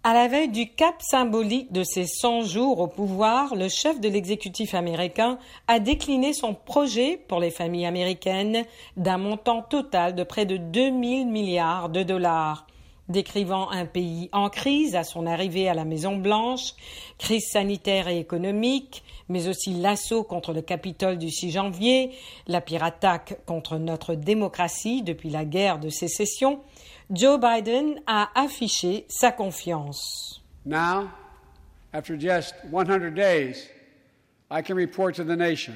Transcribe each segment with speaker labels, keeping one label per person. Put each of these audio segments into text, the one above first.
Speaker 1: À la veille du cap symbolique de ses 100 jours au pouvoir, le chef de l'exécutif américain a décliné son projet pour les familles américaines d'un montant total de près de 2000 milliards de dollars. Décrivant un pays en crise à son arrivée à la Maison-Blanche, crise sanitaire et économique, mais aussi l'assaut contre le Capitole du 6 janvier, la pire attaque contre notre démocratie depuis la guerre de sécession, Joe Biden a affiché sa confiance.
Speaker 2: Now, after just 100 days, I can report to the nation,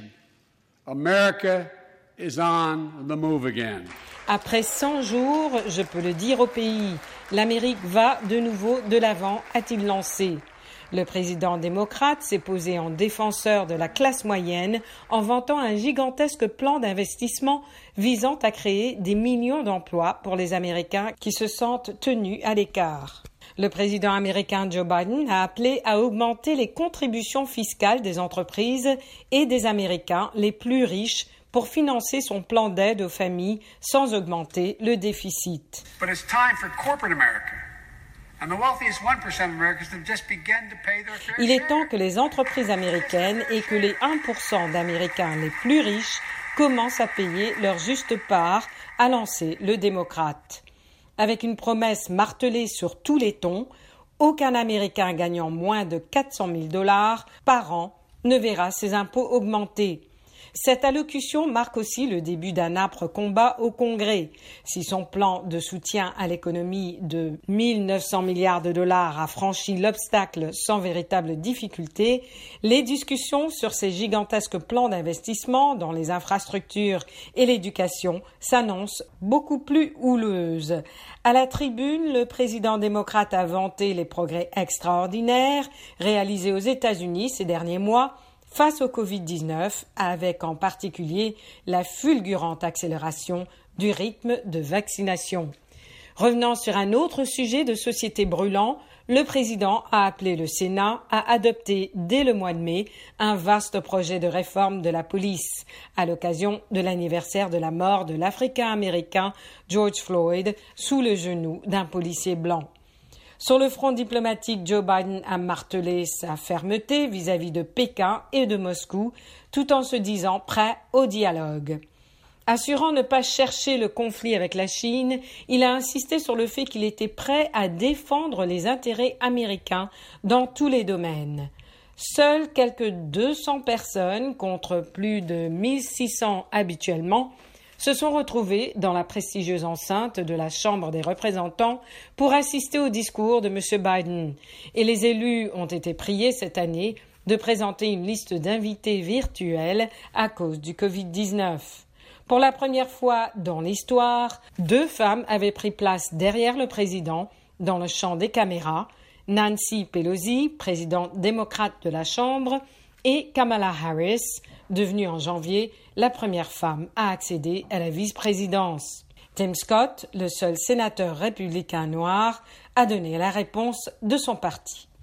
Speaker 2: America is on the move again.
Speaker 1: Après 100 jours, je peux le dire au pays, l'Amérique va de nouveau de l'avant, a-t-il lancé. Le président démocrate s'est posé en défenseur de la classe moyenne en vantant un gigantesque plan d'investissement visant à créer des millions d'emplois pour les Américains qui se sentent tenus à l'écart. Le président américain Joe Biden a appelé à augmenter les contributions fiscales des entreprises et des Américains les plus riches pour financer son plan d'aide aux familles sans augmenter le déficit.
Speaker 2: But it's time for corporate America. And the wealthiest 1% of Americans have just begun to pay their fair share.
Speaker 1: Il est temps que les entreprises américaines et que les 1% d'Américains les plus riches commencent à payer leur juste part, a lancé le démocrate. Avec une promesse martelée sur tous les tons, aucun Américain gagnant moins de 400 000 $ par an ne verra ses impôts augmenter. Cette allocution marque aussi le début d'un âpre combat au Congrès. Si son plan de soutien à l'économie de 1 900 milliards de dollars a franchi l'obstacle sans véritable difficulté, les discussions sur ces gigantesques plans d'investissement dans les infrastructures et l'éducation s'annoncent beaucoup plus houleuses. À la tribune, le président démocrate a vanté les progrès extraordinaires réalisés aux États-Unis ces derniers mois face au Covid-19, avec en particulier la fulgurante accélération du rythme de vaccination. Revenant sur un autre sujet de société brûlant, le président a appelé le Sénat à adopter dès le mois de mai un vaste projet de réforme de la police, à l'occasion de l'anniversaire de la mort de l'Africain-Américain George Floyd sous le genou d'un policier blanc. Sur le front diplomatique, Joe Biden a martelé sa fermeté vis-à-vis de Pékin et de Moscou, tout en se disant prêt au dialogue. Assurant ne pas chercher le conflit avec la Chine, il a insisté sur le fait qu'il était prêt à défendre les intérêts américains dans tous les domaines. Seules quelques 200 personnes, contre plus de 1600 habituellement, se sont retrouvés dans la prestigieuse enceinte de la Chambre des représentants pour assister au discours de M. Biden. Et les élus ont été priés cette année de présenter une liste d'invités virtuels à cause du Covid-19. Pour la première fois dans l'histoire, 2 femmes avaient pris place derrière le président dans le champ des caméras, Nancy Pelosi, présidente démocrate de la Chambre, et Kamala Harris, devenue en janvier la première femme à accéder à la vice-présidence. Tim Scott, le seul sénateur républicain noir, a donné la réponse de son parti.